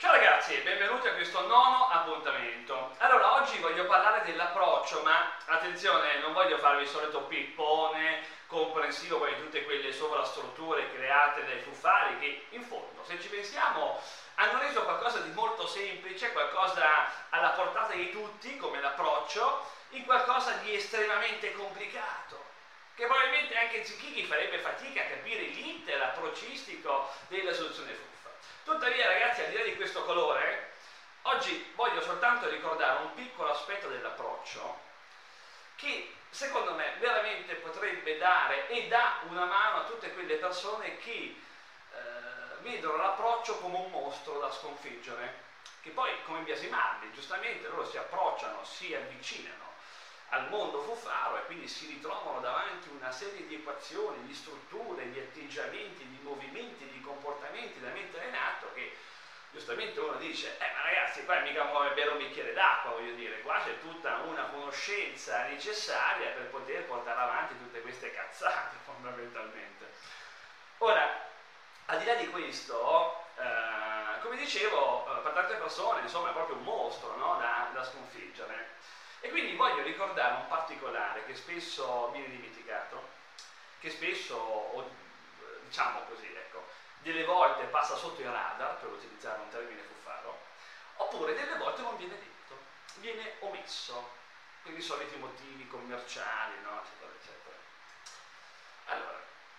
Ciao ragazzi, benvenuti a questo nono appuntamento. Allora, oggi voglio parlare dell'approccio, ma attenzione, non voglio farvi il solito pippone comprensivo di tutte quelle sovrastrutture create dai fufari che, in fondo, se ci pensiamo, hanno reso qualcosa di molto semplice, qualcosa alla portata di tutti, come l'approccio, in qualcosa di estremamente complicato, che probabilmente anche Zichighi farebbe fatica a capire l'iter approccistico della soluzione fuffa. Tuttavia, ragazzi, al di là di questo colore, oggi voglio soltanto ricordare un piccolo aspetto dell'approccio che, secondo me, veramente potrebbe dare e dà una mano a tutte quelle persone che vedono l'approccio come un mostro da sconfiggere, che poi, come biasimarli, giustamente loro si approcciano, si avvicinano al mondo fufaro e quindi si ritrovano davanti una serie di equazioni, di strutture, di atteggiamenti, di movimenti, di comportamenti da mettere in atto che giustamente uno dice ma ragazzi, qua è mica come bere un bicchiere d'acqua, voglio dire, qua c'è tutta una conoscenza necessaria per poter portare avanti tutte queste cazzate fondamentalmente. Ora, al di là di questo, come dicevo, per tante persone insomma è proprio un mostro, no? da sconfiggere. E quindi voglio ricordare un particolare che spesso viene dimenticato, che spesso, diciamo così, ecco, delle volte passa sotto i radar, per utilizzare un termine fuffaro, oppure delle volte non viene detto, viene omesso, per i soliti motivi commerciali, no? Eccetera, eccetera. Allora,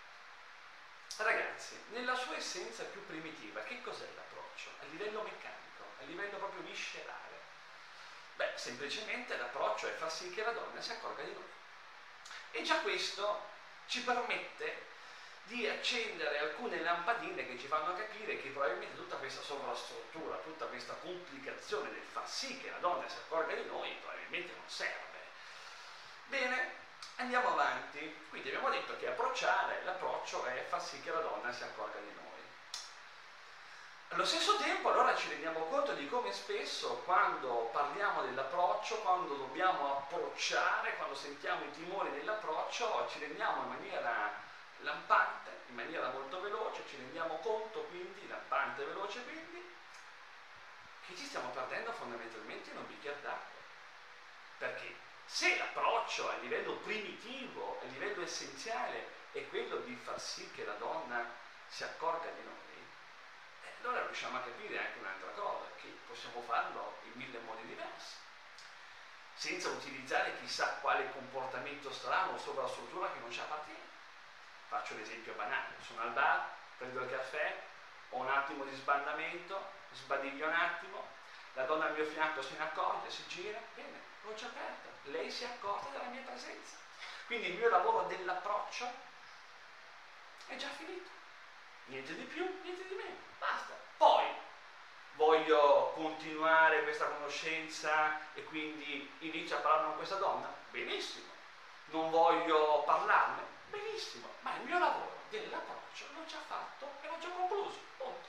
ragazzi, nella sua essenza più primitiva, che cos'è l'approccio? A livello meccanico, a livello proprio viscerale. Beh, semplicemente l'approccio è far sì che la donna si accorga di noi. E già questo ci permette di accendere alcune lampadine che ci fanno capire che probabilmente tutta questa sovrastruttura, tutta questa complicazione del far sì che la donna si accorga di noi, probabilmente non serve. Bene, andiamo avanti. Quindi abbiamo detto che l'approccio è far sì che la donna si accorga di noi. Allo stesso tempo allora ci rendiamo conto di come spesso quando parliamo dell'approccio, quando dobbiamo approcciare, quando sentiamo i timori dell'approccio, ci rendiamo in maniera lampante, in maniera molto veloce, ci rendiamo conto quindi, lampante e veloce quindi, che ci stiamo perdendo fondamentalmente in un bicchiere d'acqua. Perché se l'approccio a livello primitivo, a livello essenziale, è quello di far sì che la donna si accorga di noi, allora riusciamo a capire anche un'altra cosa, che possiamo farlo in mille modi diversi, senza utilizzare chissà quale comportamento strano o sovrastruttura che non ci appartiene. Faccio un esempio banale, sono al bar, prendo il caffè, ho un attimo di sbandamento, sbadiglio un attimo, la donna al mio fianco se ne accorge, si gira, bene, l'ho già aperta, lei si è accorta della mia presenza. Quindi il mio lavoro dell'approccio è già finito. Niente di più, niente di meno, basta. Poi voglio continuare questa conoscenza e quindi inizio a parlare con questa donna? Benissimo. Non voglio parlarne? Benissimo. Ma il mio lavoro dell'approccio l'ho già fatto e l'ho già concluso. Punto.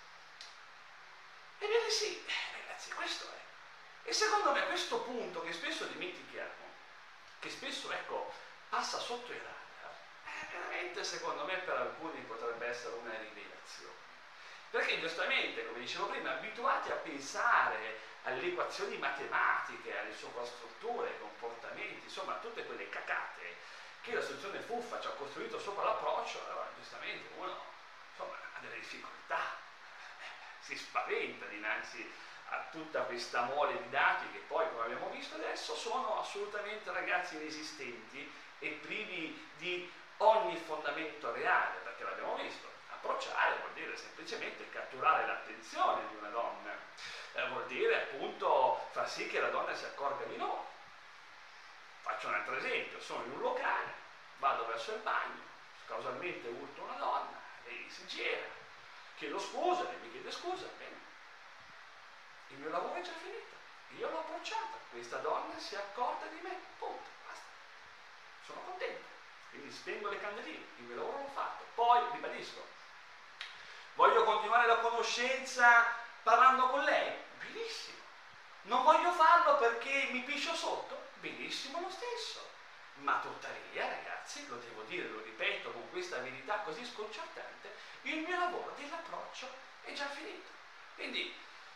Ebbene sì, ragazzi, questo è. E secondo me questo punto che spesso dimentichiamo, che spesso, ecco, passa sotto i radar, veramente secondo me per alcuni potrebbe essere una rivelazione, perché giustamente, come dicevo prima, abituati a pensare alle equazioni matematiche, alle sovrastrutture, ai comportamenti, insomma a tutte quelle cacate che la soluzione fuffa ci ha costruito sopra l'approccio, allora giustamente uno insomma ha delle difficoltà, si spaventa dinanzi a tutta questa mole di dati che poi, come abbiamo visto adesso, sono assolutamente, ragazzi, inesistenti e privi di ogni fondamento reale, perché l'abbiamo visto, approcciare vuol dire semplicemente catturare l'attenzione di una donna, vuol dire appunto far sì che la donna si accorga di noi. Faccio un altro esempio, sono in un locale, vado verso il bagno, casualmente urto una donna, lei si gira, chiedo scusa, lei mi chiede scusa, bene, il mio lavoro è già finito, io l'ho approcciata, questa donna si è accorta di me, punto, basta, sono contento. Quindi spengo le candeline, il mio lavoro l'ho fatto. Poi, ribadisco, voglio continuare la conoscenza parlando con lei? Benissimo. Non voglio farlo perché mi piscio sotto? Benissimo lo stesso. Ma tuttavia, ragazzi, lo devo dire, lo ripeto con questa verità così sconcertante, il mio lavoro dell'approccio è già finito. Quindi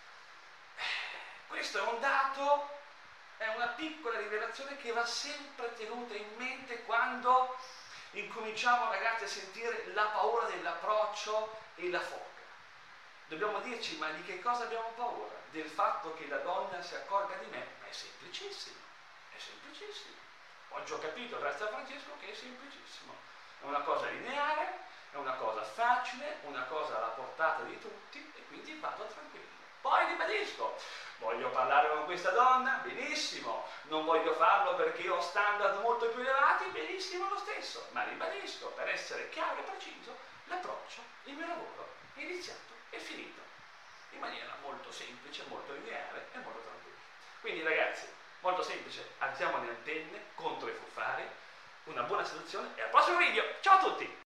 questo è un dato, è una piccola rivelazione che va sempre tenuta in mente quando incominciamo, ragazzi, a sentire la paura dell'approccio e la foga. Dobbiamo dirci, ma di che cosa abbiamo paura? Del fatto che la donna si accorga di me? Ma è semplicissimo, è semplicissimo. Oggi ho capito, grazie a Francesco, che è semplicissimo. È una cosa lineare, è una cosa facile, una cosa alla portata di tutti e quindi vado tranquillo. Poi ribadisco, voglio parlare con questa donna? Benissimo. Non voglio farlo perché ho standard molto più elevati? Benissimo lo stesso. Ma ribadisco, per essere chiaro e preciso, l'approccio, il mio lavoro è iniziato e finito. In maniera molto semplice, molto lineare e molto tranquilla. Quindi ragazzi, molto semplice, alziamo le antenne contro i fufari, una buona seduzione e al prossimo video. Ciao a tutti!